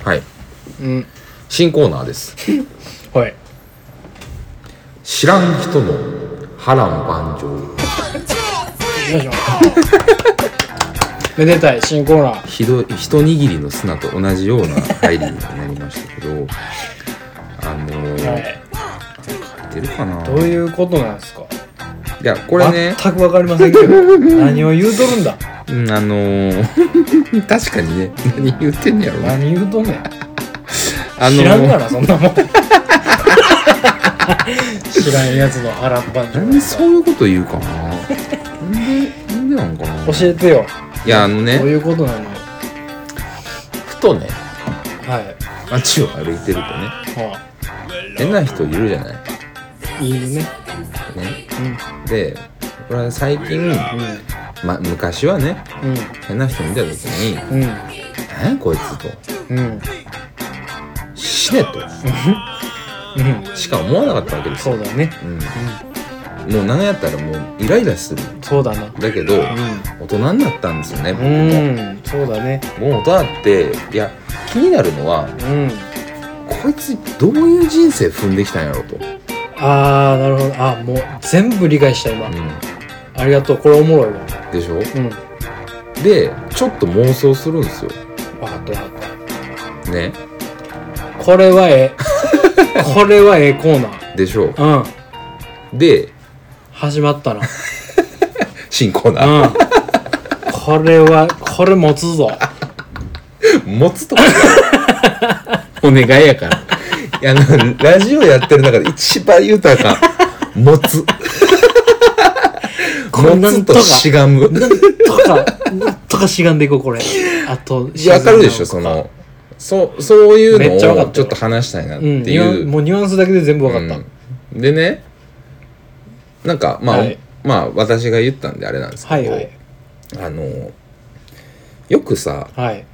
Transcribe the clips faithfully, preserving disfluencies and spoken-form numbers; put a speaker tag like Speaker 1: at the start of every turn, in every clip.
Speaker 1: はい、
Speaker 2: うん、
Speaker 1: 新コーナーです
Speaker 2: はい。
Speaker 1: 知らん人の波乱万丈。
Speaker 2: よいしょめでたい新コーナー。
Speaker 1: ひどい一握りの砂と同じような入りになりましたけどあのー
Speaker 2: はい、
Speaker 1: 書いてるかな。
Speaker 2: どういうことなんですか。
Speaker 1: いやこれね
Speaker 2: 全く分かりませんけど何を言うとるんだ。
Speaker 1: うんあのー、確かにね何言ってんねやろな。
Speaker 2: 何言うとんねん、
Speaker 1: あのー、
Speaker 2: 知らんからそんなもん知らんやつの腹っぱんじゃ
Speaker 1: なんでそういうこと言うかななんでなんでなんかな。
Speaker 2: 教えてよ。
Speaker 1: いやあのね
Speaker 2: どういうことなのよ。
Speaker 1: ふとね
Speaker 2: はい
Speaker 1: 街を歩いてるとね
Speaker 2: は
Speaker 1: 変な人いるじゃない
Speaker 2: あ、いいね。
Speaker 1: ね。
Speaker 2: うん
Speaker 1: でこれは最近、
Speaker 2: うん
Speaker 1: ま、昔はね
Speaker 2: うん
Speaker 1: 変な人見た時に
Speaker 2: うん
Speaker 1: 「何やこいつ」と
Speaker 2: うん
Speaker 1: 「死ね」と
Speaker 2: うん
Speaker 1: しか思わなかったわけですよ。
Speaker 2: そうだね。
Speaker 1: うん、もう何やったらもうイライラする。
Speaker 2: そうだな。
Speaker 1: だけど、
Speaker 2: う
Speaker 1: 大人になったんですよね。僕
Speaker 2: ん、
Speaker 1: も
Speaker 2: うん、そうだね。
Speaker 1: もう大人っていや気になるのは
Speaker 2: うん。
Speaker 1: こいつどういう人生踏んできたんやろうと。
Speaker 2: ああ、なるほど。あ、もう全部理解した今。
Speaker 1: う
Speaker 2: ありがとう。これおもろいわ。
Speaker 1: ん、でしょ。
Speaker 2: うん。
Speaker 1: でちょっと妄想するんですよ。
Speaker 2: わかったわかっ
Speaker 1: ね。
Speaker 2: た。これはええ。これはええコーナー。
Speaker 1: でしょう。
Speaker 2: うん。
Speaker 1: で
Speaker 2: 始まったな。
Speaker 1: 新コーナー、
Speaker 2: うん。これはこれ持つぞ。
Speaker 1: 持つとかお願いやから。いやあのラジオやってる中で一番言うたらあかん持つ
Speaker 2: こんな
Speaker 1: 持つと
Speaker 2: んとか
Speaker 1: しがむ。
Speaker 2: なんとかなんとかしがんでいこうこれ。あと
Speaker 1: いやわかるでしょ。そのそそういう
Speaker 2: めっちゃわかったよ
Speaker 1: のをちょっと話したいなって
Speaker 2: うん、ニ
Speaker 1: い
Speaker 2: ュアン
Speaker 1: う。
Speaker 2: もうニュアンスだけで全部わかった。
Speaker 1: うん、でねなんかまあ、
Speaker 2: はい
Speaker 1: まあ私が言ったんであれなんですけど、
Speaker 2: はいはい
Speaker 1: あのよくさ
Speaker 2: はい。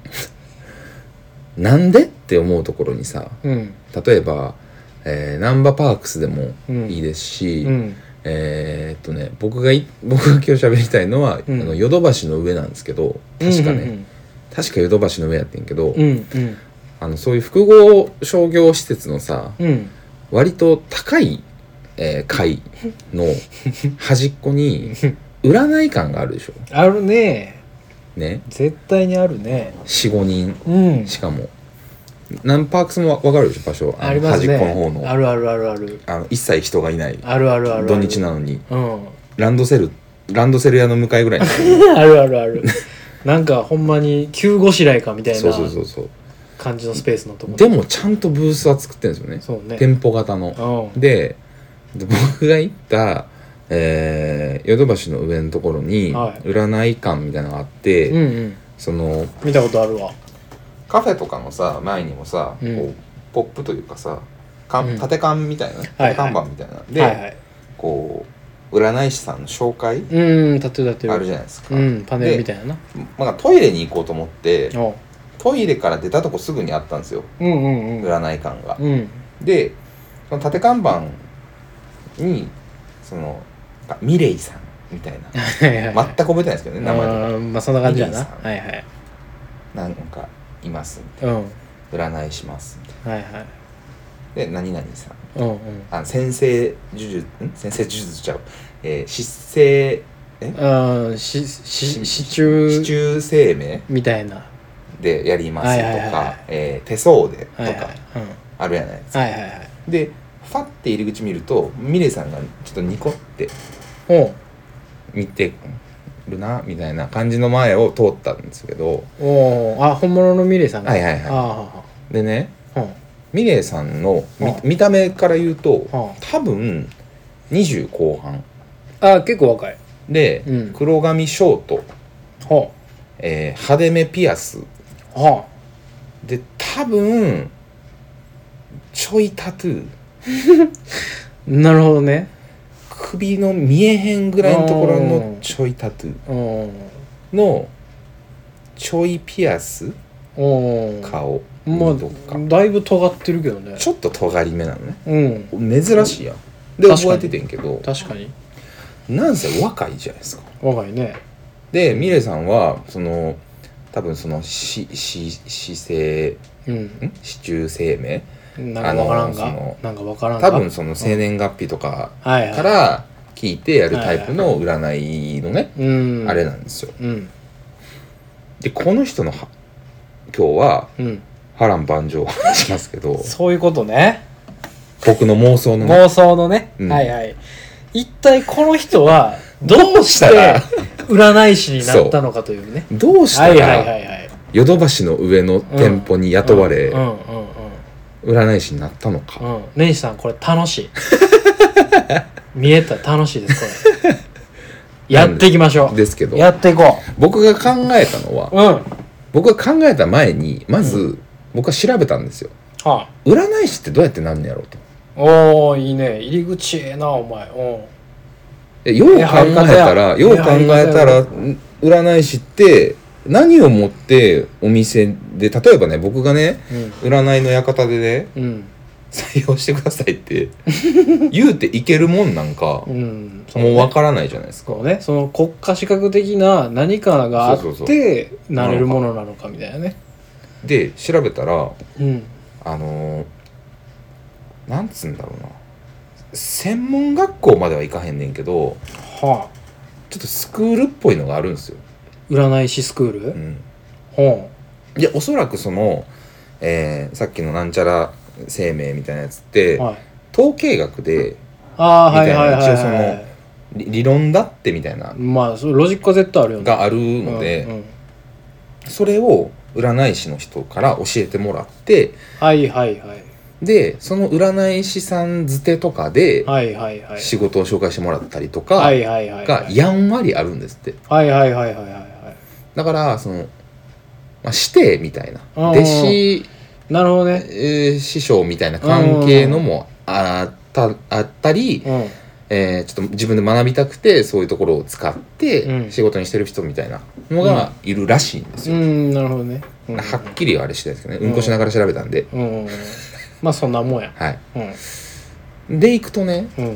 Speaker 1: なんでって思うところにさ
Speaker 2: うん
Speaker 1: 例えば、えー、ナンバーパークスでも
Speaker 2: うん
Speaker 1: いいですし、
Speaker 2: うん
Speaker 1: えー、っとね僕がい僕が今日喋りたいのは、
Speaker 2: うん
Speaker 1: あのヨドバシの上なんですけど確かね、
Speaker 2: うん
Speaker 1: 確かヨドバシの上やってんけど、
Speaker 2: うんうん
Speaker 1: あのそういう複合商業施設のさ
Speaker 2: うん
Speaker 1: 割と高い、えー、階の端っこに占い館があるでしょ。
Speaker 2: あるね。
Speaker 1: ね、
Speaker 2: 絶対にあるね。
Speaker 1: よん,ご 人
Speaker 2: うん
Speaker 1: しかも何パークスも分かるでしょ場所。あの
Speaker 2: ありますね。
Speaker 1: 端っこの方の
Speaker 2: あるあるあるある
Speaker 1: あの一切人がいない
Speaker 2: あるあるあるある
Speaker 1: 土日なのに
Speaker 2: うん
Speaker 1: ランドセルランドセル屋の向かいぐらいに
Speaker 2: あるあるあるなんかほんまに急ごしらえかみたい
Speaker 1: そう
Speaker 2: な
Speaker 1: そうそうそう。
Speaker 2: 感じのスペースのところ
Speaker 1: でもちゃんとブースは作ってるんですよね。
Speaker 2: そうね。
Speaker 1: 店舗型の
Speaker 2: うん
Speaker 1: でで僕が行ったえーヨドバシの上のところに
Speaker 2: はい
Speaker 1: 占い館みたいなのがあって、
Speaker 2: うんうん
Speaker 1: その
Speaker 2: 見たことあるわ。
Speaker 1: カフェとかのさ前にもさ、
Speaker 2: うん
Speaker 1: こうポップというかさか
Speaker 2: うん
Speaker 1: ん縦看みたいな、
Speaker 2: はいはい
Speaker 1: 縦看板みたいなで、
Speaker 2: はいはい
Speaker 1: こう占い師さんの紹介
Speaker 2: うん立ってる立ってる
Speaker 1: あるじゃないですか、
Speaker 2: うんパネルみたいなな。
Speaker 1: まあ、トイレに行こうと思って
Speaker 2: お
Speaker 1: トイレから出たとこすぐにあったんですよ
Speaker 2: うんうんうん
Speaker 1: 占い館が。
Speaker 2: うん
Speaker 1: でその縦看板にそのミレイさんみたいな
Speaker 2: はいはい
Speaker 1: 全く覚えてないですけどね名前とか
Speaker 2: あーまあそんな感じやな。
Speaker 1: ミリーさん
Speaker 2: はいはい
Speaker 1: なんかいますみたい
Speaker 2: うん
Speaker 1: な占いしますみたい
Speaker 2: はいはい
Speaker 1: なで何々さん
Speaker 2: うんうん
Speaker 1: あ先生呪術ん先生呪術ちゃう、えー、失生え
Speaker 2: ああしし支柱
Speaker 1: 市中生命
Speaker 2: みたいな。
Speaker 1: でやりますとか、
Speaker 2: はいはいはい
Speaker 1: えー手相でとか
Speaker 2: はいはいうん
Speaker 1: あるやないですか、
Speaker 2: はいはいはい
Speaker 1: でファッて入り口見るとミレイさんがちょっとニコって
Speaker 2: おう
Speaker 1: 見てるなみたいな感じの前を通ったんですけど、
Speaker 2: おうあ本物のミレイさんが
Speaker 1: はいはいはい
Speaker 2: あ
Speaker 1: でね
Speaker 2: あうん
Speaker 1: ミレイさんの見
Speaker 2: はあ
Speaker 1: 見た目から言うと
Speaker 2: は
Speaker 1: 多分にじゅう後半
Speaker 2: ああ結構若い。
Speaker 1: で、
Speaker 2: うん
Speaker 1: 黒髪ショート、
Speaker 2: は
Speaker 1: えー派手めピアス
Speaker 2: あは
Speaker 1: で多分ちょいタトゥー
Speaker 2: あなるほどね。
Speaker 1: 首の見えへんぐらいのところのちょいタトゥー
Speaker 2: うん
Speaker 1: のちょいピアス
Speaker 2: うん
Speaker 1: 顔
Speaker 2: まあ
Speaker 1: とか
Speaker 2: だいぶ尖ってるけどね。
Speaker 1: ちょっと尖り目なのね
Speaker 2: うん
Speaker 1: 珍しいやんで
Speaker 2: 確かに
Speaker 1: 覚えててんけど
Speaker 2: 確かに
Speaker 1: なんせ若いじゃないですか。
Speaker 2: 若いね。
Speaker 1: でミレイさんはその多分そのしし死生
Speaker 2: うん
Speaker 1: ん市中生命
Speaker 2: なんかわからんが
Speaker 1: あのその
Speaker 2: なんかわからんが
Speaker 1: 多分その生年月日とか
Speaker 2: はいはい
Speaker 1: から聞いてやるタイプの占いのね、
Speaker 2: うん
Speaker 1: あれなんですよ。
Speaker 2: うん
Speaker 1: でこの人のは今日は
Speaker 2: うん
Speaker 1: 波乱万丈しますけど
Speaker 2: そういうことね
Speaker 1: 僕の妄想のね
Speaker 2: 妄想のね、
Speaker 1: うん
Speaker 2: はいはい一体この人はどうし
Speaker 1: どうしてたら
Speaker 2: 占い師になったのかというね
Speaker 1: どうした
Speaker 2: はいはいはい
Speaker 1: ら
Speaker 2: はい
Speaker 1: ヨドバシの上の店舗に雇われ
Speaker 2: うんうんうん
Speaker 1: 占い師になったのか。
Speaker 2: うんうん根岸さんこれ楽しい見えたら楽しいですこれやっていきましょう
Speaker 1: ですけど
Speaker 2: やっていこ
Speaker 1: 僕が考えたのは
Speaker 2: ううん
Speaker 1: 僕が考えた前にまず僕は調べたんですよ。
Speaker 2: は
Speaker 1: 占い師ってどうやってなんのやろうと。
Speaker 2: あおーいいね入り口ええなお前うん
Speaker 1: えよう考えた
Speaker 2: ええ入り方や
Speaker 1: らよう考えた
Speaker 2: ええ入
Speaker 1: らん占い師って何をもってお店で例えばね僕がね占いの館でね
Speaker 2: うんうん
Speaker 1: 採用してくださいって言うていけるもんなんか
Speaker 2: うん
Speaker 1: もうわからないじゃないですか。
Speaker 2: そうねその国家資格的な何かがあって
Speaker 1: そうそうそう
Speaker 2: なれるものなのかみたいなね
Speaker 1: で調べたら
Speaker 2: うん
Speaker 1: あのー、なんつうんだろうな専門学校まではいかへんねんけど
Speaker 2: はあ
Speaker 1: ちょっとスクールっぽいのがあるんですよ。
Speaker 2: 占い師スクール
Speaker 1: うん
Speaker 2: ほ
Speaker 1: でおそらくその、えーさっきのなんちゃら生命みたいなやつって、
Speaker 2: うはい
Speaker 1: 統計学で
Speaker 2: ああ
Speaker 1: みたいな
Speaker 2: はいはいはい
Speaker 1: 一応その
Speaker 2: はい
Speaker 1: 理理論だってみたいな
Speaker 2: まあそれロジックは絶対あるよね
Speaker 1: があるので、
Speaker 2: うんうん
Speaker 1: それを占い師の人から教えてもらって
Speaker 2: はいはいはい
Speaker 1: でその占い師さんづてとかで
Speaker 2: はいはいはい
Speaker 1: 仕事を紹介してもらったりとか
Speaker 2: はいはいはい
Speaker 1: がやんわりあるんですって。
Speaker 2: はいはいはいはいはいはい
Speaker 1: だからその、まあ、師弟みたいな
Speaker 2: あー
Speaker 1: 弟子、
Speaker 2: なるほどね
Speaker 1: えー師匠みたいな関係のもあったあったり、
Speaker 2: うん
Speaker 1: えーちょっと自分で学びたくてそういうところを使って
Speaker 2: うん
Speaker 1: 仕事にしてる人みたいなのがいるらしいんです
Speaker 2: う
Speaker 1: よ。
Speaker 2: んなるほどねうん
Speaker 1: はっきりはあれしてないですけどねうんこしながら調べたんで、
Speaker 2: うんうんまあそんなもんや
Speaker 1: はい。
Speaker 2: うん
Speaker 1: で行くとね
Speaker 2: うん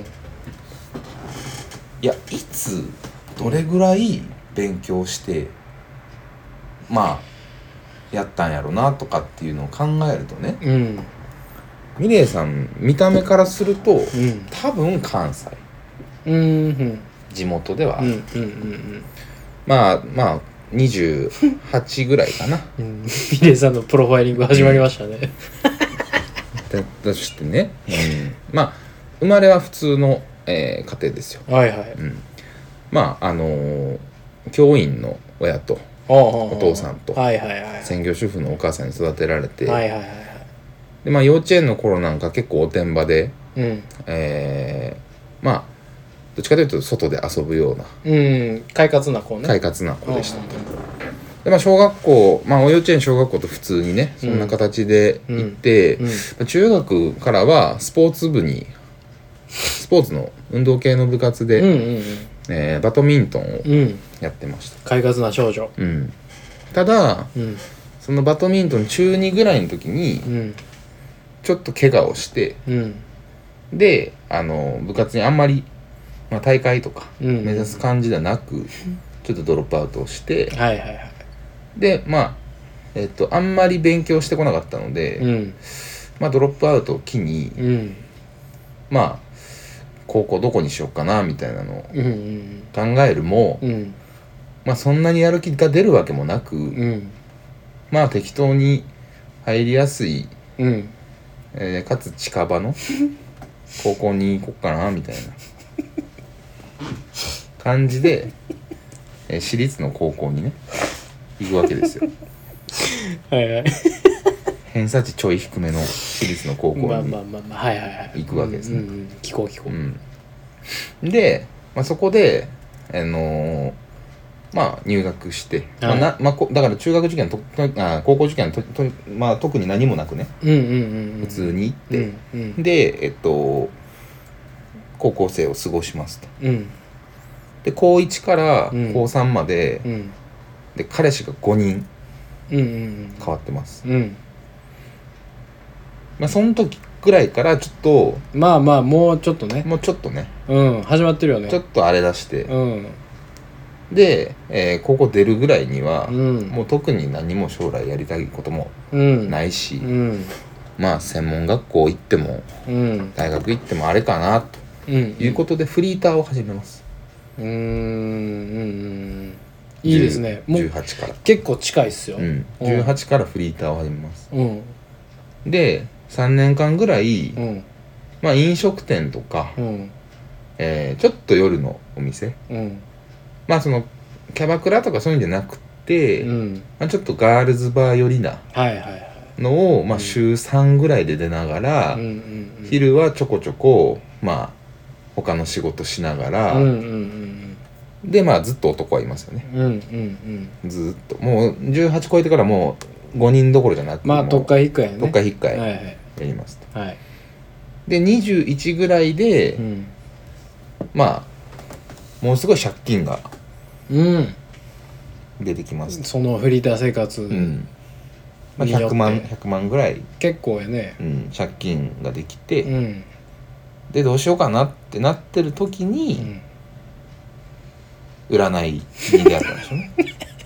Speaker 1: いやいつどれぐらい勉強してまあやったんやろなとかっていうのを考えるとね
Speaker 2: うん
Speaker 1: ミレイさん見た目からすると
Speaker 2: うん
Speaker 1: 多分関西
Speaker 2: うんうん
Speaker 1: 地元では、
Speaker 2: うんうんうん
Speaker 1: まあまあにじゅうはちぐらいかな
Speaker 2: うんミレイさんのプロファイリング始まりましたね
Speaker 1: だとしてね、うん、まあ生まれは普通の、えー家庭ですよ、
Speaker 2: はいはい
Speaker 1: うん、まああのー教員の親と
Speaker 2: お
Speaker 1: お父さんと
Speaker 2: はいはいはい
Speaker 1: 専業主婦のお母さんに育てられて、
Speaker 2: はいはいはいはい
Speaker 1: でまあ、幼稚園の頃なんか結構おてんばで、
Speaker 2: うん
Speaker 1: えー、まあどっちかというと外で遊ぶような
Speaker 2: うん快活な子ね
Speaker 1: 快活な子でしたと。でまあ、小学校、まあ、幼稚園小学校と普通にねそんな形で行って、
Speaker 2: うん
Speaker 1: まあ中学からはスポーツ部にスポーツの運動系の部活で、
Speaker 2: うんうん
Speaker 1: えーバドミントンを
Speaker 2: うんうん
Speaker 1: やってました、
Speaker 2: 快活な少女
Speaker 1: うん、ただ
Speaker 2: うん
Speaker 1: そのバドミントン中にぐらいの時に
Speaker 2: うん
Speaker 1: ちょっと怪我をして
Speaker 2: うん
Speaker 1: であの部活にあんまり、まあ、大会とか
Speaker 2: うん
Speaker 1: 目指す感じではなく、ちょっとドロップアウトをして
Speaker 2: はいはいはい
Speaker 1: でまあえっとあんまり勉強してこなかったので、
Speaker 2: うん
Speaker 1: まあ、ドロップアウトを機に
Speaker 2: うん
Speaker 1: まあ高校どこにしようかなみたいなのを
Speaker 2: うんうん
Speaker 1: 考えるも、
Speaker 2: うん
Speaker 1: まあそんなにやる気が出るわけもなく、
Speaker 2: うん
Speaker 1: まあ適当に入りやすい、
Speaker 2: うん
Speaker 1: えーかつ近場の高校に行こっかなみたいな感じで、えー私立の高校にね行くわけですよ。
Speaker 2: はいはい
Speaker 1: 偏差値ちょい低めの私立の高校に、
Speaker 2: まあまあまあまあはいはいはい
Speaker 1: 行くわけですね
Speaker 2: うんうんうん聞こう聞こう
Speaker 1: うん、で、まあ、そこで、あのーまあ入学して、まあ
Speaker 2: はい
Speaker 1: なまあ、こだから中学受験ととあ高校受験とと、まあ、特に何もなくね
Speaker 2: うんうんうんうん
Speaker 1: 普通に行って、
Speaker 2: うんうん
Speaker 1: でえっと高校生を過ごしますと。
Speaker 2: うん
Speaker 1: で高いちから
Speaker 2: うん
Speaker 1: 高さんまで、
Speaker 2: うん
Speaker 1: で彼氏がごにん
Speaker 2: うんうん
Speaker 1: 変わってます。
Speaker 2: うん
Speaker 1: まあその時ぐらいからちょっと
Speaker 2: まあまあもうちょっとね
Speaker 1: もうちょっとね
Speaker 2: うん始まってるよね
Speaker 1: ちょっとあれ出して、
Speaker 2: うん
Speaker 1: で、えー、ここ出るぐらいには、
Speaker 2: うん、
Speaker 1: もう特に何も将来やりたいことも
Speaker 2: うん
Speaker 1: ないし、
Speaker 2: うん、
Speaker 1: まあ専門学校行っても
Speaker 2: うん
Speaker 1: 大学行ってもあれかなと
Speaker 2: うん
Speaker 1: いうことでフリーターを始めます。
Speaker 2: うーんうんうんいいですね。も
Speaker 1: じゅ
Speaker 2: う
Speaker 1: うはちから、
Speaker 2: 結構近いっすよ。
Speaker 1: うん、じゅうはちからフリーターを始めます。
Speaker 2: うん
Speaker 1: でさんねんかんぐらい、
Speaker 2: うん
Speaker 1: まあ飲食店とか、
Speaker 2: うん
Speaker 1: えー、ちょっと夜のお店、
Speaker 2: うん
Speaker 1: まあそのキャバクラとかそういうんじゃなくて、
Speaker 2: うん
Speaker 1: まあ、ちょっとガールズバー寄りな
Speaker 2: はいはいはい
Speaker 1: のを、まあ、
Speaker 2: うん
Speaker 1: 週さんぐらいで出ながら、
Speaker 2: うんうんうん
Speaker 1: 昼はちょこちょこまあ他の仕事しながら、
Speaker 2: うんうんうん
Speaker 1: でまあずっと男はいますよね。
Speaker 2: うんうんうん
Speaker 1: ずっともうじゅうはち超えてからもうごにんどころじゃなくて、もう
Speaker 2: まあどっか引くやね。
Speaker 1: どっか引っかいや
Speaker 2: はいはい
Speaker 1: りますと。
Speaker 2: はい
Speaker 1: でにじゅういちぐらいで、
Speaker 2: うん
Speaker 1: まあもうすごい借金が
Speaker 2: うん
Speaker 1: 出てきますと。
Speaker 2: そのフリーター生活、
Speaker 1: うんまあ、
Speaker 2: によって
Speaker 1: ひゃくまんひゃくまんぐらい、
Speaker 2: 結構やね。
Speaker 1: うん、借金ができて、
Speaker 2: うん
Speaker 1: でどうしようかなってなってる時
Speaker 2: う
Speaker 1: に、
Speaker 2: ん
Speaker 1: 占いに出会ったんでしょうね。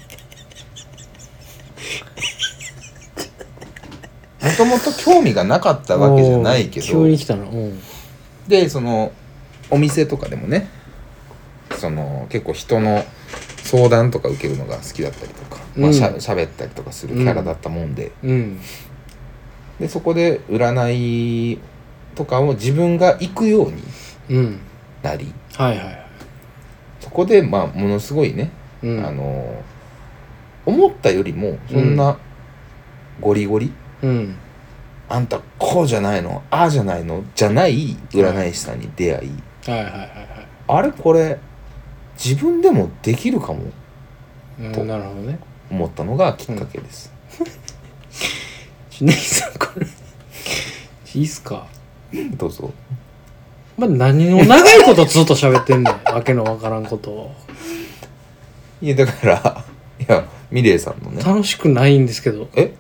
Speaker 1: もともと興味がなかったわけじゃないけ
Speaker 2: おー急
Speaker 1: ど、
Speaker 2: に来たの。うん
Speaker 1: でそのお店とかでもね、その結構人の相談とか受けるのが好きだったりとか、まあ、しゃ
Speaker 2: うん
Speaker 1: 喋ったりとかするキャラだったもんで、
Speaker 2: うん
Speaker 1: でそこで占いとかを自分が行くように
Speaker 2: うん
Speaker 1: なり、
Speaker 2: はいはいはい
Speaker 1: そこでまあものすごいね、
Speaker 2: うん
Speaker 1: あの思ったよりもそんなゴリゴリ、
Speaker 2: うん
Speaker 1: あんたこうじゃないのああじゃないのじゃない占い師さんに出会い、
Speaker 2: はいはいはいはい
Speaker 1: あれこれ自分でもできるかもと
Speaker 2: うんなるほどね。
Speaker 1: 思ったのがきっかけです。
Speaker 2: ちねぎさんこれいいっすか。
Speaker 1: どうぞ。
Speaker 2: まあ何を長いことずっと喋ってんねんわけのわからんことを。
Speaker 1: いやだからいやミレイさんのね、
Speaker 2: 楽しくないんですけど。
Speaker 1: え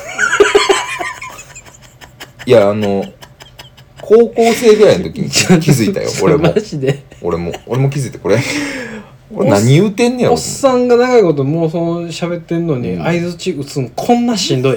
Speaker 1: いやあの高校生ぐらいの時に気気づいたよ俺も
Speaker 2: マジで
Speaker 1: 俺も俺も気づいて、これ俺何言うてんねやろ
Speaker 2: おっさんが長いこともうその喋ってんのに
Speaker 1: うん
Speaker 2: 相づち打つのこんなしんどい。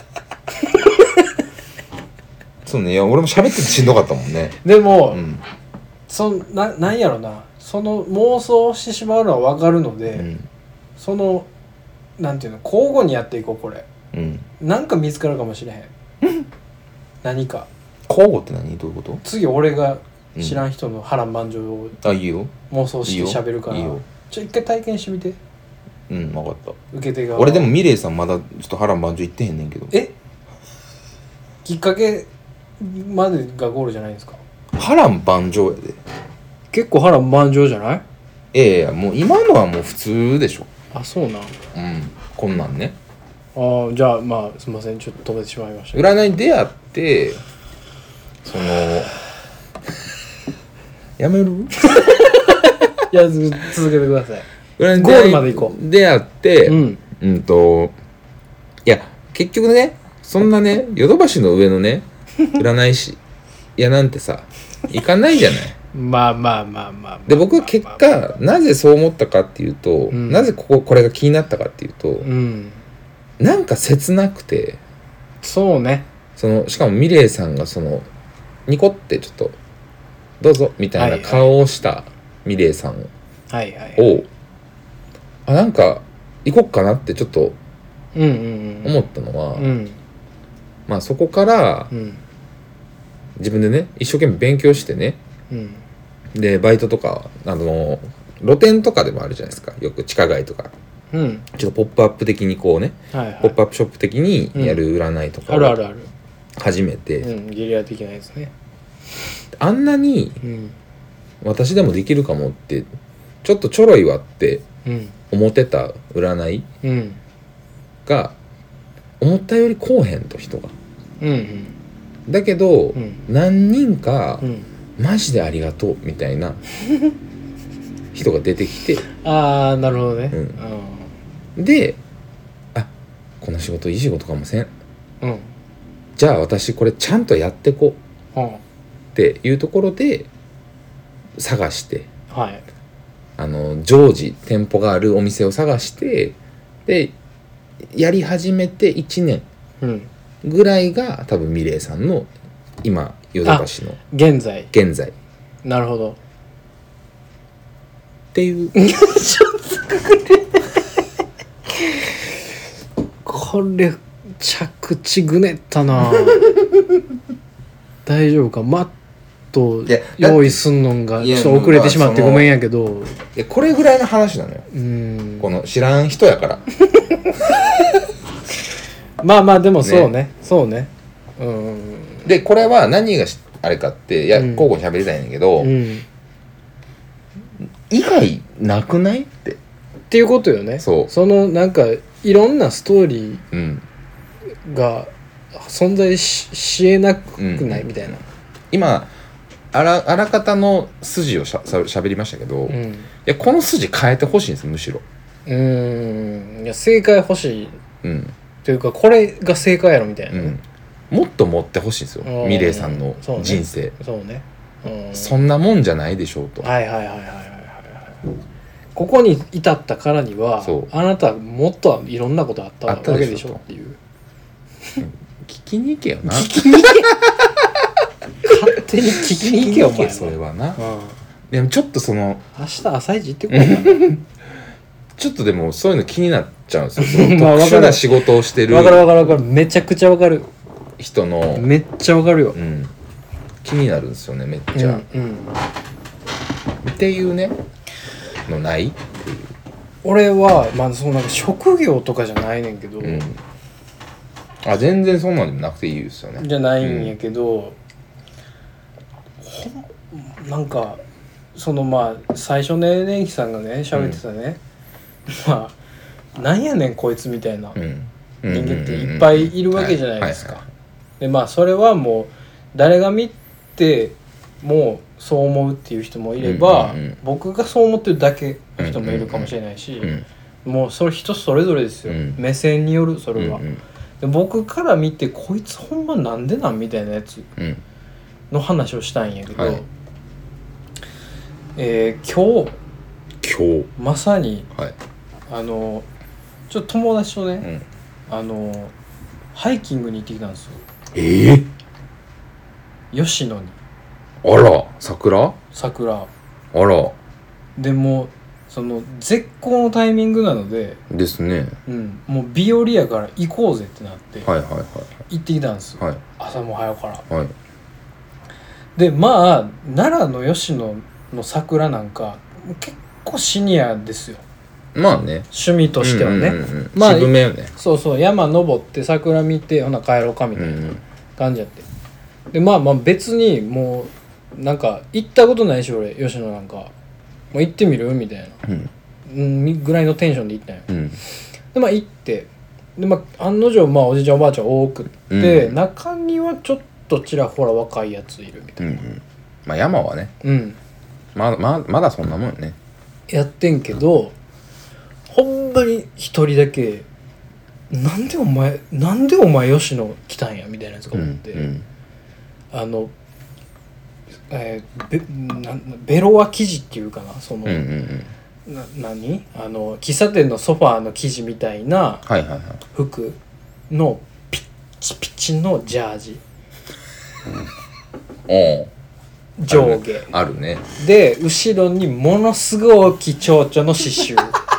Speaker 1: そうね、いや俺も喋っててしんどかったもんね。
Speaker 2: でも、
Speaker 1: うん
Speaker 2: そななんやろな、その妄想してしまうのは分かるので、
Speaker 1: うん
Speaker 2: そのなんていうの交互にやっていこう。これ
Speaker 1: うん。
Speaker 2: なんか見つかるかもしれへん何か
Speaker 1: 交互って何どういうこと？
Speaker 2: 次俺が知らん人の波乱万丈を
Speaker 1: あ、いいよ。
Speaker 2: 妄想して喋るから
Speaker 1: いいよ。
Speaker 2: ちょ一回体験してみて。
Speaker 1: うん、分かった。
Speaker 2: 受け手が
Speaker 1: 俺でもミレイさんまだちょっと波乱万丈言ってへんねんけど。
Speaker 2: えきっかけまでがゴールじゃないんですか。
Speaker 1: 波乱万丈やで。
Speaker 2: 結構波乱万丈じゃない。
Speaker 1: いやいやもう今のはもう普通でしょ。
Speaker 2: あ、そうなん。
Speaker 1: うん。こんなんね。
Speaker 2: ああ、じゃあまあすみません、ちょっと止めてしまいました。
Speaker 1: 占いに出会ってそのやめる？
Speaker 2: いやず続けてください。
Speaker 1: 占いに
Speaker 2: ゴールまで行こ
Speaker 1: う。出会って、
Speaker 2: うん
Speaker 1: うんといや結局ね、そんなねヨドバシの上のね占い師いやなんてさ行かないじゃない。
Speaker 2: まあまあまあまあまあ。
Speaker 1: で僕は結果なぜそう思ったかっていうと、
Speaker 2: うん
Speaker 1: なぜこここれが気になったかっていうと、
Speaker 2: うん。
Speaker 1: なんか切なくて、
Speaker 2: そうね。
Speaker 1: そのしかもミレイさんがそのニコってちょっとどうぞみたいな顔をしたミレイさん
Speaker 2: はいはい。
Speaker 1: を、あなんか行こっかなってちょっと
Speaker 2: うんうんうん。
Speaker 1: 思ったのは、
Speaker 2: うん
Speaker 1: まあそこから
Speaker 2: うん
Speaker 1: 自分でね一生懸命勉強してね、
Speaker 2: うん
Speaker 1: でバイトとかあの露店とかでもあるじゃないですか、よく地下街とか
Speaker 2: うん。
Speaker 1: ちょっとポップアップ的にこうね、
Speaker 2: はいはい。
Speaker 1: ポップアップショップ的にやる占いとかを
Speaker 2: あるあるある。
Speaker 1: 初めて、
Speaker 2: うん、ゲリラ的なやつね。
Speaker 1: あんなに
Speaker 2: うん
Speaker 1: 私でもできるかもってちょっとちょろいわって
Speaker 2: うん
Speaker 1: 思ってた占い
Speaker 2: うん
Speaker 1: が思ったよりこうへんと人が
Speaker 2: うんうん
Speaker 1: だけど、
Speaker 2: うん
Speaker 1: 何人か、
Speaker 2: うん。
Speaker 1: マジでありがとうみたいな人が出てきて、
Speaker 2: ああ、なるほどね。
Speaker 1: うんで、あこの仕事いい仕事かもせん、
Speaker 2: うんうん
Speaker 1: じゃあ私これちゃんとやってこ
Speaker 2: うん。
Speaker 1: っていうところで探して、
Speaker 2: はい。
Speaker 1: ああの常時店舗があるお店を探してでやり始めていちね
Speaker 2: うん
Speaker 1: んぐらいが多分ミレイさんの今ヨドバシの
Speaker 2: 現在
Speaker 1: 現在っ
Speaker 2: なるほど
Speaker 1: ていう
Speaker 2: これ着地ぐねったな大丈夫かマット
Speaker 1: いや
Speaker 2: 用意すんのが
Speaker 1: いや
Speaker 2: ちょっと遅れてしまって
Speaker 1: まあ
Speaker 2: ごめんやけど
Speaker 1: いやこれぐらいの話なのよ
Speaker 2: うーん
Speaker 1: この知らん人やから
Speaker 2: まあまあでもそうねそうねうん
Speaker 1: でこれは何がしあれかっていや、
Speaker 2: うん
Speaker 1: 交互に喋りたいんだけど、
Speaker 2: うん
Speaker 1: 以外なくないって
Speaker 2: っていうことよね
Speaker 1: そう
Speaker 2: そのなんかいろんなストーリ
Speaker 1: うん
Speaker 2: ーが存在 し, しえなくない、
Speaker 1: うん
Speaker 2: みたいな
Speaker 1: 今あらあらかたの筋をしゃさしゃべりましたけど、い
Speaker 2: うん
Speaker 1: やこの筋変えてほしいんですむしろ
Speaker 2: うーんいや正解欲しい
Speaker 1: うん
Speaker 2: というかこれが正解やろみたいうな、
Speaker 1: んもっと持ってほしいんですよ
Speaker 2: うん
Speaker 1: ミレイさんの
Speaker 2: そうね
Speaker 1: 人生
Speaker 2: そうねうん
Speaker 1: そんなもんじゃないでしょうと
Speaker 2: はいはいはいはいはいはいここに至ったからには
Speaker 1: そう
Speaker 2: あなたはもっといろんなことあったわ
Speaker 1: あったでしょ
Speaker 2: けでしょっていう
Speaker 1: 聞きに行けよな
Speaker 2: 勝手に聞きに行けよお前
Speaker 1: それはな
Speaker 2: うん
Speaker 1: でもちょっとその
Speaker 2: 明日朝一行ってこい
Speaker 1: ちょっとでもそういうの気になっちゃうんですよその
Speaker 2: まあ
Speaker 1: 特殊な仕事をしてる
Speaker 2: わかるわかるわかるめちゃくちゃわかる
Speaker 1: 人の
Speaker 2: めっちゃわかるよ
Speaker 1: うん気になるんですよねめっ
Speaker 2: うん
Speaker 1: ちゃ、
Speaker 2: うん
Speaker 1: っていうねのないっていう
Speaker 2: 俺はまあそのなんか職業とかじゃないねんけど、
Speaker 1: うんあ全然そんなんでもなくていいですよね
Speaker 2: じゃないんやけど、ほんなんかそのまあ最初ねねんきさんがね喋ってたね、まあなんやねんこいつみたいな
Speaker 1: うん
Speaker 2: 人間っていっぱいいるわけじゃないですか。
Speaker 1: はいはい
Speaker 2: でまあそれはもう誰が見てもそう思うっていう人もいれば、
Speaker 1: うんうんうん
Speaker 2: 僕がそう思ってるだけの人もいるかもしれないし、
Speaker 1: うん
Speaker 2: もうそれ人それぞれですよ、
Speaker 1: うん
Speaker 2: 目線によるそれは、
Speaker 1: うんうん
Speaker 2: で僕から見てこいつほんまなんでなんみたいなやつ
Speaker 1: うん
Speaker 2: の話をしたいんやけど、
Speaker 1: はい
Speaker 2: えー今日
Speaker 1: 今日
Speaker 2: まさに
Speaker 1: はい
Speaker 2: あのちょっと友達とね、
Speaker 1: うん
Speaker 2: あのハイキングに行ってきたんですよ
Speaker 1: ええ
Speaker 2: 吉野に
Speaker 1: あら桜
Speaker 2: 桜
Speaker 1: あら
Speaker 2: でもその絶好のタイミングなので、
Speaker 1: ですね
Speaker 2: うん、もう日和やから行こうぜってなって
Speaker 1: はいはいは
Speaker 2: 行ってきたんですよ、
Speaker 1: いはい
Speaker 2: 朝も早から
Speaker 1: はい
Speaker 2: でまあ奈良の吉野の桜なんか結構シニアですよ
Speaker 1: まあね
Speaker 2: 趣味としてはね、
Speaker 1: うんうんうんうん
Speaker 2: まあ
Speaker 1: 渋めよね
Speaker 2: そうそう山登って桜見てほな帰ろうかみたいな
Speaker 1: うんうん
Speaker 2: 感じやって、でまあまあ別にもうなんか行ったことないし俺吉野なんかもう行ってみるみたいな、
Speaker 1: うん
Speaker 2: うん、ぐらいのテンションで行ったんよ
Speaker 1: うん
Speaker 2: でまあ行ってでまあ案の定まあおじいちゃんおばあちゃん多くって、
Speaker 1: うん
Speaker 2: 中にはちょっとちらほら若いやついるみたいな
Speaker 1: うんうんまあ山はね
Speaker 2: うん
Speaker 1: まだまだまだそんなもんよね
Speaker 2: やってんけどほんまに一人だけなんでお前なんでお前吉野来たんやみたいなやつが
Speaker 1: うん
Speaker 2: おって、
Speaker 1: うん
Speaker 2: あの、えー、ベなベロア生地っていうかなその、
Speaker 1: うんうんうん
Speaker 2: な何あの喫茶店のソファーの生地みたいな
Speaker 1: はいはいはい
Speaker 2: 服のピッチピチのジャージ
Speaker 1: お
Speaker 2: 上下
Speaker 1: あるね
Speaker 2: で後ろにものすごい大きい蝶々の刺繍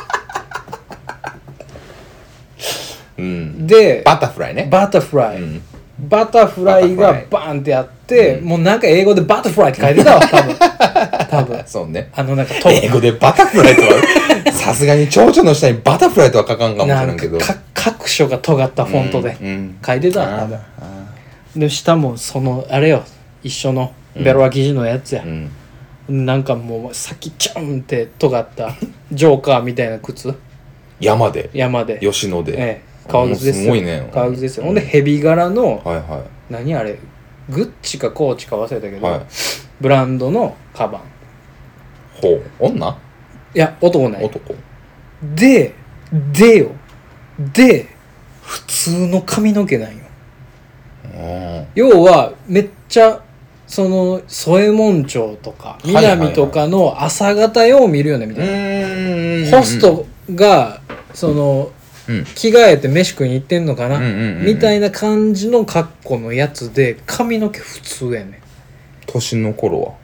Speaker 1: うん
Speaker 2: で
Speaker 1: バタフライね
Speaker 2: バタフライ、
Speaker 1: うん
Speaker 2: バタフライがバーンってあって、
Speaker 1: うん
Speaker 2: もうなんか英語でバタフライって書いてたわ多分多分
Speaker 1: そうね
Speaker 2: あのなんかと
Speaker 1: 英語でバタフライとはさすがに蝶々の下にバタフライとは書かんかもしれ
Speaker 2: なん
Speaker 1: んけど
Speaker 2: かか各所が尖ったフォントで
Speaker 1: うんうん
Speaker 2: 書いてたわ多分で下もそのあれよ一緒のベロア生地のやつや
Speaker 1: う、ん
Speaker 2: なんかもう先チュンって尖ったジョーカーみたいな靴
Speaker 1: 山で
Speaker 2: 山で
Speaker 1: 吉野で
Speaker 2: ええ革靴ですよ
Speaker 1: すごいね
Speaker 2: 革靴ですよ、
Speaker 1: うん
Speaker 2: ほんでヘビ柄の
Speaker 1: はいは
Speaker 2: 何あれグッチかコーチか忘れたけど、
Speaker 1: いはい
Speaker 2: ブランドのカバン
Speaker 1: ほう女
Speaker 2: いや男ない
Speaker 1: 男
Speaker 2: ででよで普通の髪の毛なんよ
Speaker 1: うん
Speaker 2: 要はめっちゃその添右衛門町とか
Speaker 1: はいはいはい
Speaker 2: 南とかの朝方よう見るよねみたいな、
Speaker 1: ーん
Speaker 2: ホストがその
Speaker 1: うん
Speaker 2: 着替えて飯食いに行ってんのかな、
Speaker 1: うんうんうんうん
Speaker 2: みたいな感じの格好のやつで髪の毛普通やねん。
Speaker 1: 年の頃は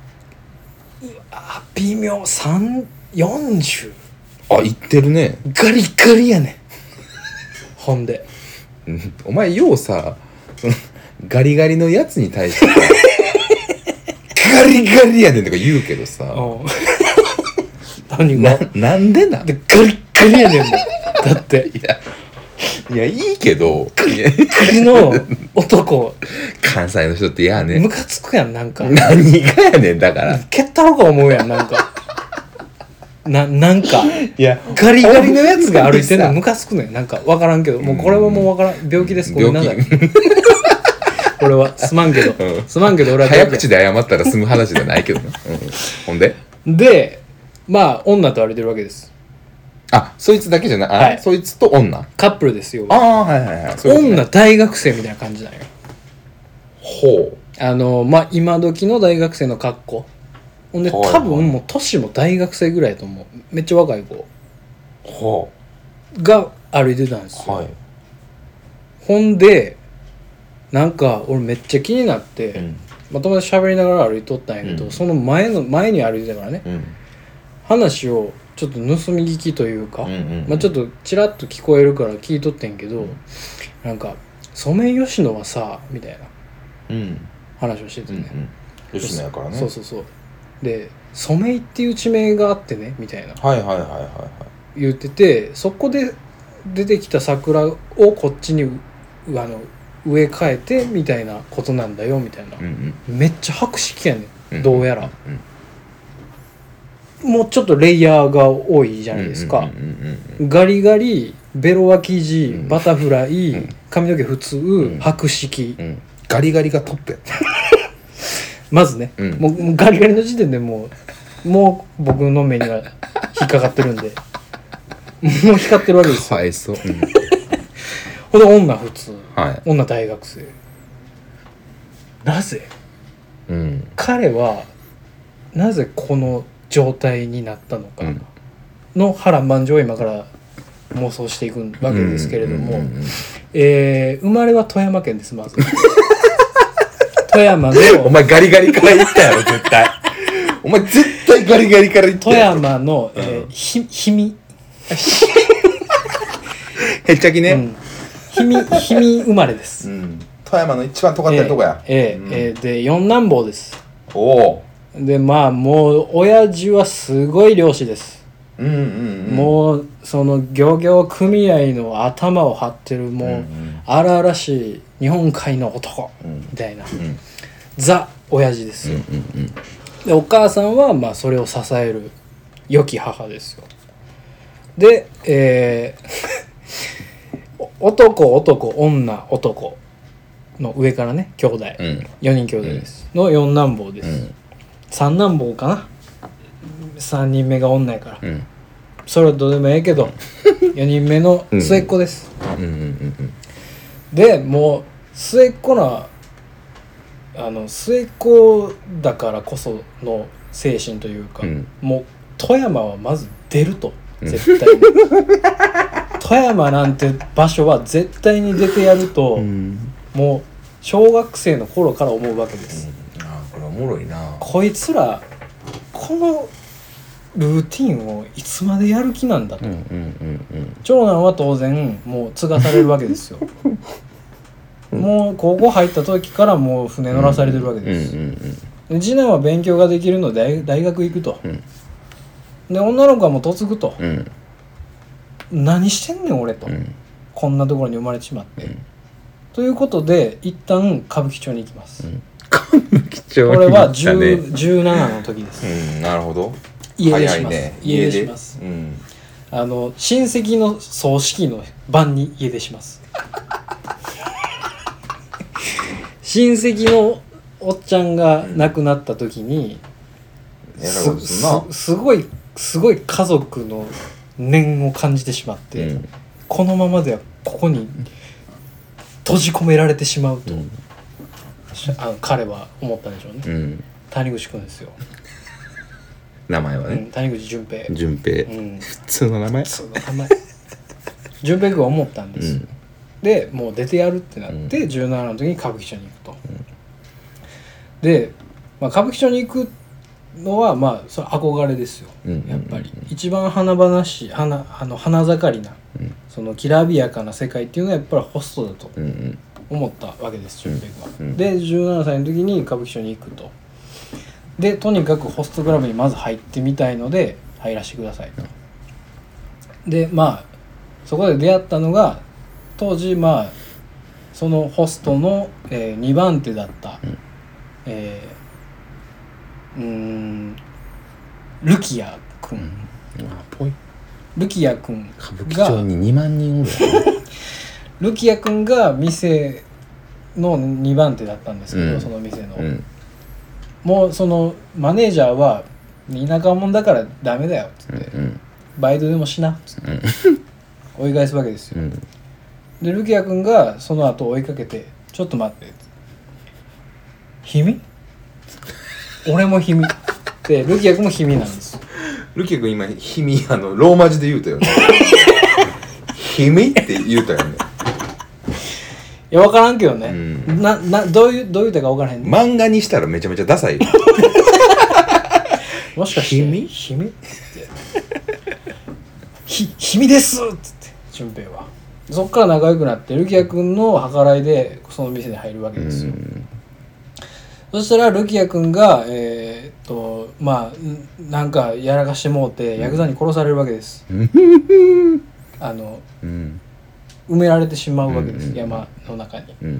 Speaker 2: あ微妙さんよんじゅう
Speaker 1: あ、言ってるね。
Speaker 2: ガリガリやねんほんで
Speaker 1: うんお前ようさそのガリガリのやつに対してさガリガリやねんとか言うけどさ
Speaker 2: うん何が
Speaker 1: ななんでなん
Speaker 2: でガリガリやねんもんだって
Speaker 1: いやいやいいけどいや
Speaker 2: 国の男
Speaker 1: 関西の人って嫌ね
Speaker 2: ムカつくやんなんか
Speaker 1: 何がやねんだから
Speaker 2: 蹴ったろか思うやんなんかななんか
Speaker 1: いや
Speaker 2: ガリガリのやつが歩いてんのムカつくねんなんか分からんけどもうこれはもう分からん病気ですごめんなさい
Speaker 1: 病気
Speaker 2: これはすまんけど、
Speaker 1: うん
Speaker 2: すまんけど俺は
Speaker 1: 早
Speaker 2: 病気
Speaker 1: 口で謝ったら済む話じゃないけどな、うん、ほんで
Speaker 2: でまあ女と歩いてるわけです。
Speaker 1: あそいつだけじゃない、あ
Speaker 2: はい
Speaker 1: そいつと女
Speaker 2: カップルですよ。
Speaker 1: ああはいはいはいそういうことね
Speaker 2: 女大学生みたいな感じなんよ。
Speaker 1: ほ
Speaker 2: あのまあ今時の大学生の格好ほんで、
Speaker 1: はいはい
Speaker 2: 多分もう年も大学生ぐらいやと思う。めっちゃ若い子
Speaker 1: うほ
Speaker 2: が歩いてたんですよ、
Speaker 1: うはい
Speaker 2: ほんでなんか俺めっちゃ気になって、
Speaker 1: うん
Speaker 2: まあ、友達喋りながら歩いとったんやけど、
Speaker 1: うん
Speaker 2: その前の前に歩いてたからね、
Speaker 1: うん
Speaker 2: 話をちょっと盗み聞きというか、
Speaker 1: うんうん
Speaker 2: まあ、ちょっとちらっと聞こえるから聞いとってんけど、なんか「ソメイヨシノはさ」みたいな
Speaker 1: うん
Speaker 2: 話をしてて
Speaker 1: うん
Speaker 2: ね、
Speaker 1: うん吉野やからね
Speaker 2: そうそうそうで「ソメイっていう地名があってね」みたいな
Speaker 1: はいはいはいはいはい
Speaker 2: 言ってて、そこで出てきた桜をこっちにうあの植え替えてみたいなことなんだよみたいな、
Speaker 1: うん
Speaker 2: めっちゃ博識やね
Speaker 1: うん
Speaker 2: ん、どうやら、
Speaker 1: うん
Speaker 2: もうちょっとレイヤーが多いじゃないですか、
Speaker 1: うんうんうん
Speaker 2: ガリガリベロは生地、
Speaker 1: うん
Speaker 2: バタフライ、
Speaker 1: うん
Speaker 2: 髪の毛普通、
Speaker 1: ん
Speaker 2: 白色、
Speaker 1: うんうんガリガリがトップやった
Speaker 2: まずね、
Speaker 1: うん
Speaker 2: もうもうガリガリの時点でもうもう僕の目には引っかかってるんでもう光ってるわけですよ。
Speaker 1: かわいそう、うん
Speaker 2: ほんで女普通、
Speaker 1: はい
Speaker 2: 女大学生。なぜ
Speaker 1: うん
Speaker 2: 彼はなぜこの状態になったのか
Speaker 1: うん
Speaker 2: の波乱万丈を今から妄想していくわけですけれども、
Speaker 1: うんうんうんうん
Speaker 2: えー生まれは富山県です。まず富山の
Speaker 1: お前ガリガリから言ったやろ絶対お前絶対ガリガリから言った
Speaker 2: 富
Speaker 1: やろ
Speaker 2: 山の、えー
Speaker 1: うん
Speaker 2: ひひみ
Speaker 1: へっちゃきね、
Speaker 2: うんひみひみ生まれです。
Speaker 1: うん富山の一番尖ってるとこや、うん
Speaker 2: えーえーえーで四男坊です。
Speaker 1: おお
Speaker 2: でまあもう親父はすごい漁師です、
Speaker 1: うんうんうん
Speaker 2: もうその漁業組合の頭を張ってるもう、
Speaker 1: うんうん
Speaker 2: 荒々しい日本海の男
Speaker 1: うん
Speaker 2: みたいな、
Speaker 1: うん
Speaker 2: ザ親父ですよ、
Speaker 1: うんうん
Speaker 2: でお母さんはまあそれを支える良き母ですよ。で、えー男男女男の上からね兄弟、
Speaker 1: うん
Speaker 2: よにん兄弟です、の四男坊です、
Speaker 1: うん
Speaker 2: 三男坊かなさんにんめが女やから、
Speaker 1: うん
Speaker 2: それはどうでもええけどよにんめの末っ子です、
Speaker 1: うんうんうん
Speaker 2: でもう末っ子なあの末っ子だからこその精神というか、
Speaker 1: うん
Speaker 2: もう富山はまず出ると
Speaker 1: うん
Speaker 2: 絶対に、富山なんて場所は絶対に出てやると、
Speaker 1: うん
Speaker 2: もう小学生の頃から思うわけです、
Speaker 1: あーこれおもろいな
Speaker 2: こいつらこのルーティンをいつまでやる気なんだと、
Speaker 1: うんうんうん
Speaker 2: 長男は当然もう継がされるわけですよもう高校入った時からもう船乗らされてるわけ
Speaker 1: うん
Speaker 2: です、
Speaker 1: うん
Speaker 2: で次男は勉強ができるので大大学行くと、
Speaker 1: うん
Speaker 2: で女の子はもう嫁ぐと、
Speaker 1: うん
Speaker 2: 何してんねん俺と、
Speaker 1: うん
Speaker 2: こんなところに生まれてしまって、
Speaker 1: うん
Speaker 2: ということで一旦歌舞伎町に行きます、
Speaker 1: 貴重
Speaker 2: これは
Speaker 1: に来たね
Speaker 2: じゅうじゅうななの時です、
Speaker 1: うんなるほど
Speaker 2: 家出します、
Speaker 1: 早いね
Speaker 2: 家出します
Speaker 1: うん
Speaker 2: あの親戚の葬式の晩に家出します親戚のおっちゃんが亡くなった時に、
Speaker 1: えらいことすんな
Speaker 2: すすごいすごい家族の念を感じてしまって、
Speaker 1: うん
Speaker 2: このままではここに閉じ込められてしまうと、
Speaker 1: うん
Speaker 2: あの彼は思ったんでしょうね、
Speaker 1: うん、
Speaker 2: 谷口くんですよ。
Speaker 1: 名前はね、
Speaker 2: うん、谷口純平。
Speaker 1: 純平、
Speaker 2: うん、
Speaker 1: 普通の名前。
Speaker 2: 普通の名前。純平くんは思ったんです、うん、でもう出てやるってなって、うん、じゅうななの時に歌舞伎町に行くと、うん、で、まあ、歌舞伎町に行くのはまあそれ憧れですよ、うんうんうんうん、やっぱり一番華々しい花あの花盛りな、うん、そのきらびやかな世界っていうのはやっぱりホストだと思ったわけです純平君は、うんうん、でじゅうななさいの時に歌舞伎町に行くと。でとにかくホストクラブにまず入ってみたいので入らせてくださいと。でまあそこで出会ったのが当時まあそのホストの、えー、にばん手だった、うんえー、うーんルキヤくん、うん、
Speaker 1: ぽい
Speaker 2: ルキヤくんが
Speaker 1: 歌舞伎町ににまんにんおる
Speaker 2: ルキヤくんが店のにばん手だったんですけど、うん、その店の、うん、もうそのマネージャーは田舎者だからダメだよっつって、うんうん、バイトでもしなっつって、うん追い返すわけですよ、うん、でルキヤ君がその後追いかけてちょっと待って秘密俺も秘密でルキヤ君も秘密なんです。
Speaker 1: ルキヤ君今秘密あのローマ字で言うたよね秘密って言うたよね。
Speaker 2: いや分からんけどね、うん、ななどういうどういう歌か分からへん、ね、
Speaker 1: 漫画にしたらめちゃめちゃダサい
Speaker 2: もしかして秘密秘密ってひ秘密ですっつって純平はそっから仲良くなってルキヤ君の計らいでその店に入るわけですよ。そしたらルキヤ君がえー、っとまあなんかやらかしてもうてヤクザに殺されるわけです、うん、あの、うん、埋められてしまうわけです、うん、山の中に、うん、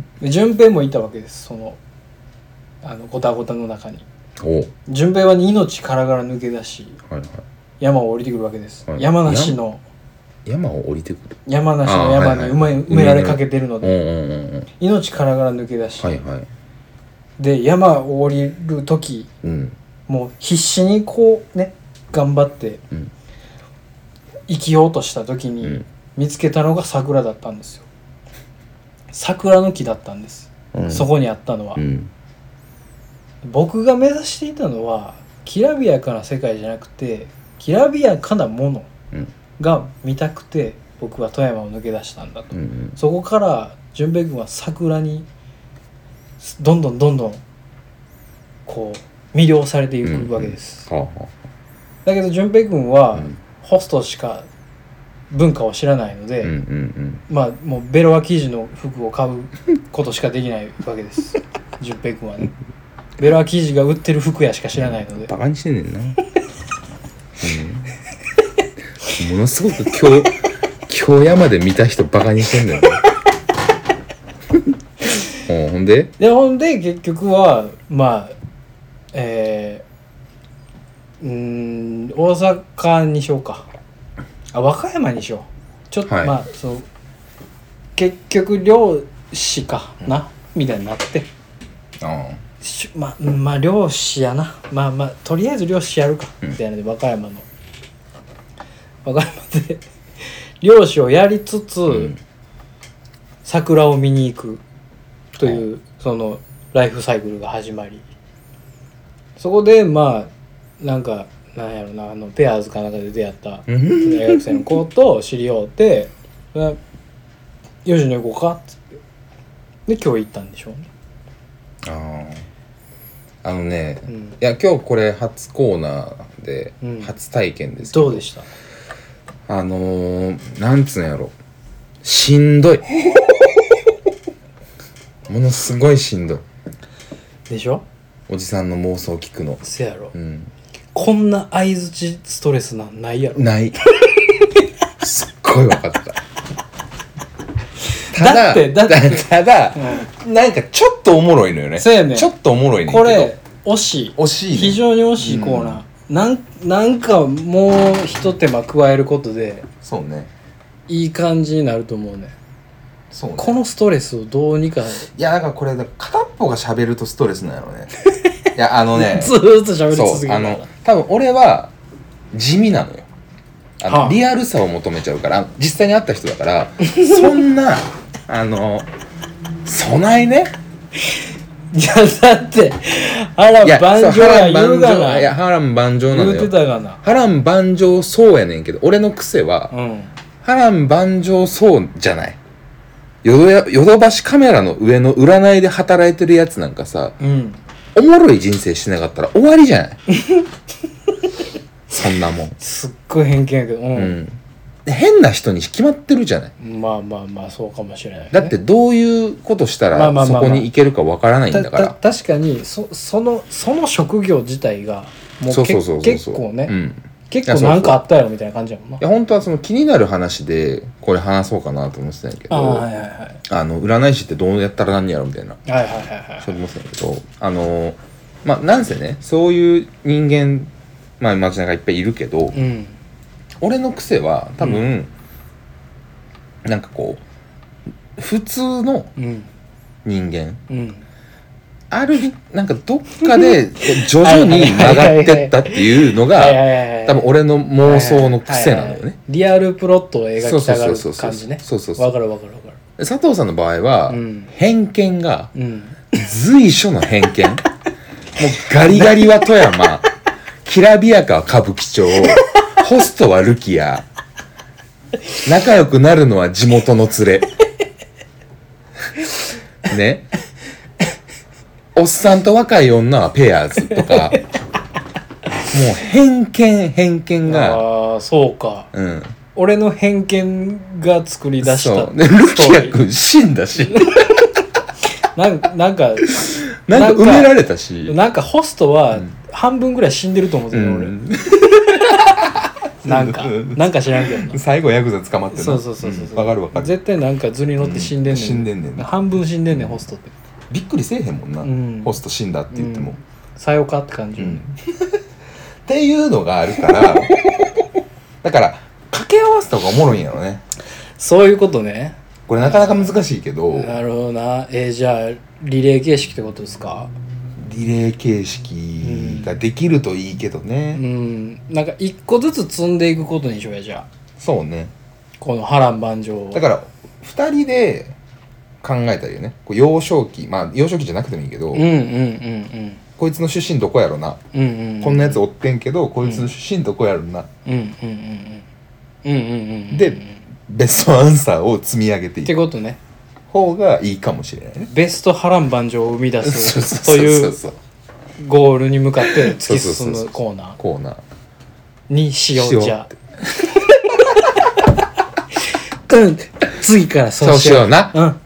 Speaker 2: で純平もいたわけです。そのあのゴタゴタの中に純平は命からがら抜け出し、はいはい、山を降りてくるわけです、はい、山梨の
Speaker 1: 山を降りてくる
Speaker 2: 山梨の山に埋め、はいはい、埋められかけてるので、うんうんうん、命からがら抜け出し、はいはい、で山を降りる時、うん、もう必死にこうね頑張って生きようとした時に、うん、見つけたのが桜だったんですよ。桜の木だったんです、うん、そこにあったのは、うん、僕が目指していたのはきらびやかな世界じゃなくてきらびやかなものが見たくて僕は富山を抜け出したんだと、うんうん、そこから純平君は桜にどんどんどんどんこう魅了されていくわけです、うんうんはあはあ、だけど純平君はホストしか文化を知らないので、うんうんうん、まあもうベロア生地の服を買うことしかできないわけです純平君はねベロア生地が売ってる服屋しか知らないので
Speaker 1: バカにしてんねんな、うん、ものすごく今日今日山で見た人バカにしてんねんなほんで
Speaker 2: でほんで結局はまあえー、うーん大阪にしようかあ和歌山にしようちょっと、はい、まあそう結局漁師かな、うん、みたいになってあまあまあ漁師やなまあまあとりあえず漁師やるか、うん、みたいなので和歌山の和歌山で漁師をやりつつ、うん、桜を見に行くという、はい、そのライフサイクルが始まりそこでまあなんかなんやろなあのペアーズかなんかで出会った大学生の子と知り合うてよし行こうかっつってで今日行ったんでしょうね。
Speaker 1: ああのね、うん、いや今日これ初コーナーで初体験ですけど、
Speaker 2: うん、どうでした？
Speaker 1: あのー、なんつうんやろしんどいものすごいしんどい
Speaker 2: でしょ
Speaker 1: おじさんの妄想聞くの
Speaker 2: せやろ、うん、こんな相づちストレスなんないやろ
Speaker 1: ないすっごい分かったただ
Speaker 2: だってだって
Speaker 1: ただ、うん、なんかちょっとおもろいのよね
Speaker 2: そうやね
Speaker 1: ちょっとおもろいねんけど
Speaker 2: これ惜しい
Speaker 1: 惜しい、ね、
Speaker 2: 非常に惜しいコーナー、うん、なんなんかもう一手間加えることで
Speaker 1: そうね
Speaker 2: いい感じになると思うね。
Speaker 1: そうね
Speaker 2: このストレスをどうにかい
Speaker 1: やだからこれ片っぽが喋るとストレスなんやろうねいやあのね
Speaker 2: ずーっと喋り続ける
Speaker 1: あの多分俺は地味なのよあの、はあ、リアルさを求めちゃうから実際に会った人だからそんなあの備えね
Speaker 2: いやだって波乱万丈や言うがな。
Speaker 1: いや波乱万丈なのよ。
Speaker 2: 言うてたがな。
Speaker 1: 波乱万丈そうやねんけど、俺の癖は、うん、波乱万丈そうじゃない。ヨドやヨドバシカメラの上の占いで働いてるやつなんかさ、うん、おもろい人生しなかったら終わりじゃないそんなもん
Speaker 2: すっごい偏見やけど、うん、
Speaker 1: うん変な人に決まってるじゃない。
Speaker 2: まあまあまあそうかもしれない、ね、
Speaker 1: だってどういうことしたらそこに行けるかわからないんだから。
Speaker 2: たた確かに そ, そのその職業自体がもう結構ね、うん、結構なんかあったやろみたいな感じやもんな。い
Speaker 1: や本当はその気になる話でこれ話そうかなと思ってたんやけど、あ、はいはいはい、あの占い師ってどうやったら何やろみたいな、はいはいはいはい、そう思ってたんやけど、あのまあなんせねそういう人間まあ街中いっぱいいるけど、うん俺の癖は多分、うん、なんかこう普通の人間、うんうん、ある日なんかどっかで徐々に曲がってったっていうのが多分俺の妄想の癖なのよね。
Speaker 2: リアルプロットを描きたがる感じね。そうそうそう。わかるわかるわかる。
Speaker 1: 佐藤さんの場合は、うん、偏見が、うん、随所の偏見もうガリガリは富山きらびやかは歌舞伎町ホストはルキア仲良くなるのは地元の連れねおっさんと若い女はペアーズとかもう偏見偏見が
Speaker 2: ああそうか、うん、俺の偏見が作り出した
Speaker 1: そうでルキア君死んだし
Speaker 2: なんなんか
Speaker 1: なんか埋められたし
Speaker 2: なんかホストは半分ぐらい死んでると思うんですよ、うん、俺なんかなんか知らんけど
Speaker 1: 最後ヤクザ捕まってる
Speaker 2: そうそうそうそう、
Speaker 1: うん、分かる分かる
Speaker 2: 絶対なんか図に乗って死んでんねん、
Speaker 1: うん、死んでんねん
Speaker 2: 半分死んでんねんホストって
Speaker 1: びっくりせえへんもんな、うん、ホスト死んだって言っても、うん、
Speaker 2: さよかって感じ、うん、
Speaker 1: っていうのがあるからだから掛け合わせた方がおもろいんやろね。
Speaker 2: そういうことね。
Speaker 1: これなかなか難しいけど。
Speaker 2: なるほどな。えー、じゃあリレー形式ってことですか。
Speaker 1: リレー形式ができるといいけどね。
Speaker 2: うん、うん、なんか一個ずつ積んでいくことにしようや。じゃあ
Speaker 1: そうね。
Speaker 2: この波乱万丈
Speaker 1: だからふたりで考えたらいいよね。こう幼少期まあ幼少期じゃなくてもいいけど、うんうんうんうん、こいつの出身どこやろな、うんうんうん、こんなやつおってんけどこいつの出身どこやろな、うんうんうんうんうんうんうんでベストアンサーを積み上げていく
Speaker 2: ってことね。
Speaker 1: 方がいいかもしれないね。
Speaker 2: ベスト波乱万丈を生み出すというゴールに向かって突き進むコーナー
Speaker 1: コーナー
Speaker 2: にしよう。じゃあうん次からそうしよう
Speaker 1: な、
Speaker 2: うん